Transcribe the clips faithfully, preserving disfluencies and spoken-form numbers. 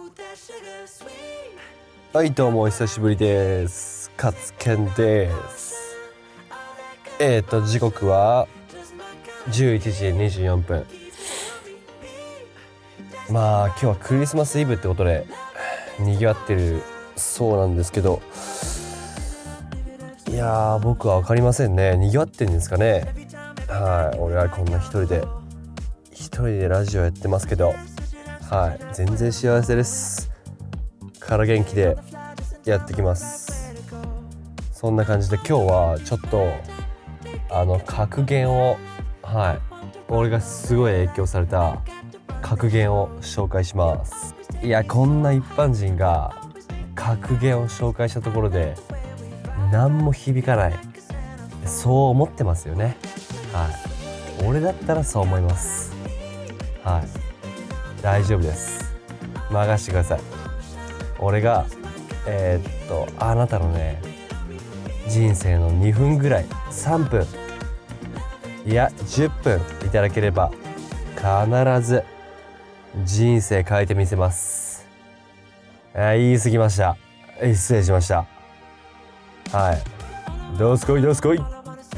はいどうもお久しぶりです。カツケンです。えーと時刻はじゅういちじにじゅうよんぷん。まあ今日はクリスマスイブってことで賑わってるそうなんですけど、いやー僕は分かりませんね。賑わってんですかね。はい、俺はこんな一人で一人でラジオやってますけど、はい全然幸せです。から元気でやってきます。そんな感じで今日はちょっとあの格言を、はい俺がすごい影響された格言を紹介します。いやこんな一般人が格言を紹介したところで何も響かない、そう思ってますよね。はい俺だったらそう思います。はい大丈夫です。任してください。俺がえー、っとあなたのね人生のにふんぐらいさんぷんいやじゅっぷんいただければ必ず人生変えてみせます。あ言い過ぎました。失礼しました。はいどうすこいどうすこい。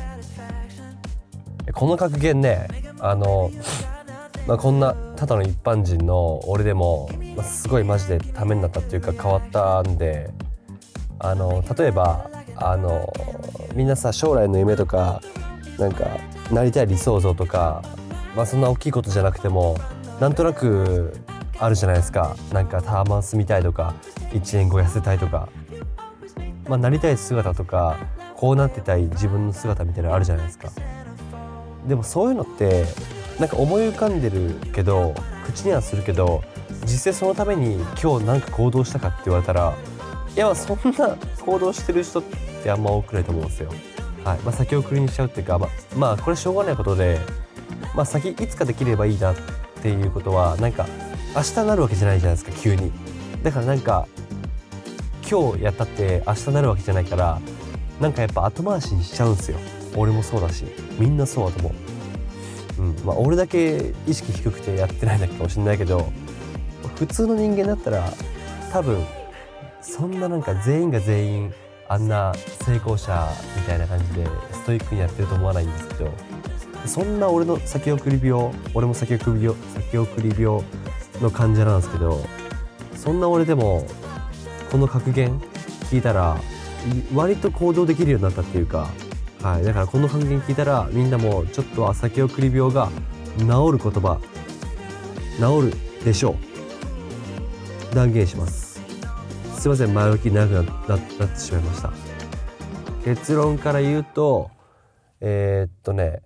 この格言ねあのまあ、こんなただの一般人の俺でも、まあ、すごいマジでためになったっていうか変わったんで、あの例えばあのみんなさ将来の夢とかなんかなりたい理想像とか、まあ、そんな大きいことじゃなくてもなんとなくあるじゃないですか。なんかタワマン住みたいとかいちねんご痩せたいとか、まあ、なりたい姿とかこうなってたい自分の姿みたいなのあるじゃないですか。でもそういうのってなんか思い浮かんでるけど口にはするけど実際そのために今日なんか行動したかって言われたら、いやそんな行動してる人ってあんま多くないと思うんですよ。はいまあ、先送りにしちゃうっていうか、まあ、まあこれしょうがないことで、まあ、先いつかできればいいなっていうことはなんか明日なるわけじゃないじゃないですか急に。だからなんか今日やったって明日なるわけじゃないから、なんかやっぱ後回しにしちゃうんですよ。俺もそうだしみんなそうだと思う。うんまあ、俺だけ意識低くてやってないだけかもしれないけど、普通の人間だったら多分そんななんか全員が全員あんな成功者みたいな感じでストイックにやってると思わないんですけど、そんな俺の先送り病俺も先送り病先送り病の患者なんですけど、そんな俺でもこの格言聞いたら割と行動できるようになったっていうか、はい、だからこの格言聞いたらみんなもちょっとは先送り病が治る言葉治るでしょう断言します。すいません前置き長く な, な, なってしまいました。結論から言うとえー、っとね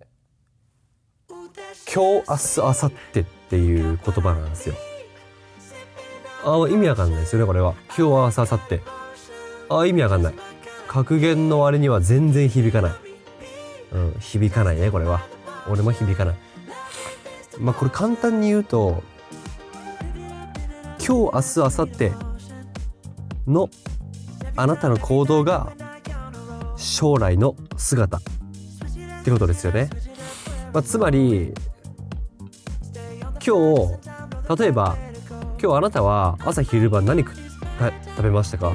今日明日明後日っていう言葉なんですよ。あ意味わかんないですよねこれは。今日明日明後日あ意味わかんない。格言の割には全然響かない。うん、響かないねこれは。俺も響かない。まあこれ簡単に言うと今日明日明後日のあなたの行動が将来の姿ってことですよね。まあ、つまり今日例えば今日あなたは朝昼晩何食べましたか。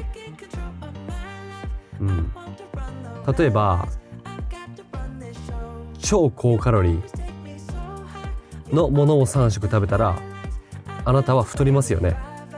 うん例えば超高カロリーのものをさん食食べたらあなたは太りますよね。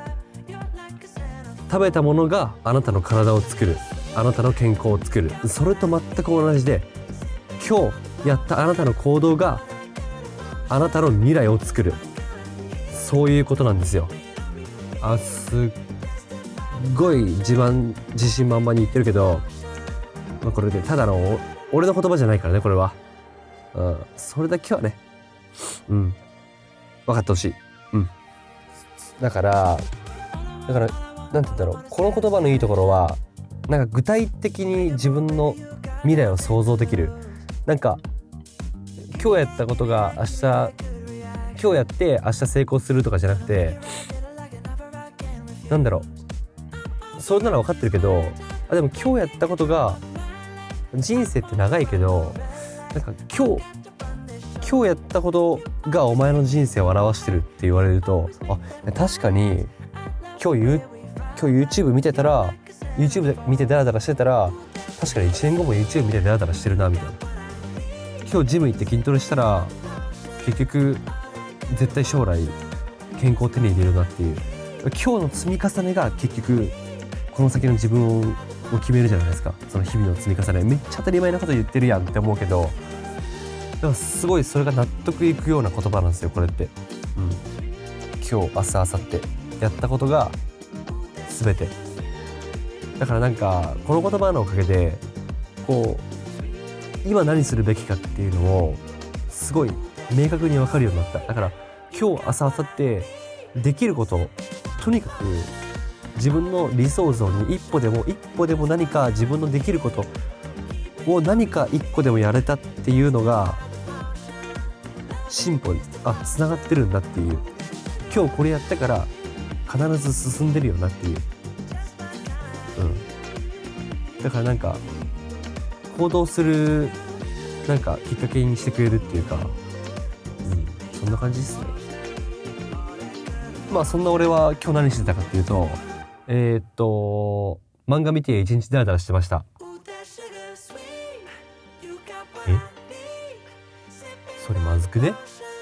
食べたものがあなたの体を作る、あなたの健康を作る。それと全く同じで今日やったあなたの行動があなたの未来を作る、そういうことなんですよ。あすっごい自慢自信満々に言ってるけど、まあ、これでただの俺の言葉じゃないからねこれは。うん、それだけはね、うん、分かってほしい。うん。だから、だから、なんて言うんだろう、この言葉のいいところは、なんか具体的に自分の未来を想像できる。なんか、今日やったことが明日、今日やって明日成功するとかじゃなくて、なんだろう、それなら分かってるけど、あ、でも今日やったことが、人生って長いけど、なんか今日今日やったことがお前の人生を表してるって言われると、あ確かに今日、今日 YouTube 見てたら YouTube で見てダラダラしてたら確かにいちねんごも YouTube 見てダラダラしてるなみたいな。今日ジム行って筋トレしたら結局絶対将来健康を手に入れるなっていう、今日の積み重ねが結局この先の自分を決めるじゃないですか。その日々の積み重ね、めっちゃ当たり前なこと言ってるやんって思うけど、でもすごいそれが納得いくような言葉なんですよこれって、うん、今日明日明後日やったことが全てだから、なんかこの言葉のおかげでこう今何するべきかっていうのをすごい明確に分かるようになった。だから今日明日明後日できること、とにかく自分の理想像に一歩でも一歩でも何か自分のできることを何か一個でもやれたっていうのが進歩にあつながってるんだっていう、今日これやったから必ず進んでるよなっていう、うん、だからなんか行動するなんかきっかけにしてくれるっていうか、うん、そんな感じですね。まあそんな俺は今日何してたかっていうと、えー、っと漫画見て一日ダラダラしてました。えそれまずくね？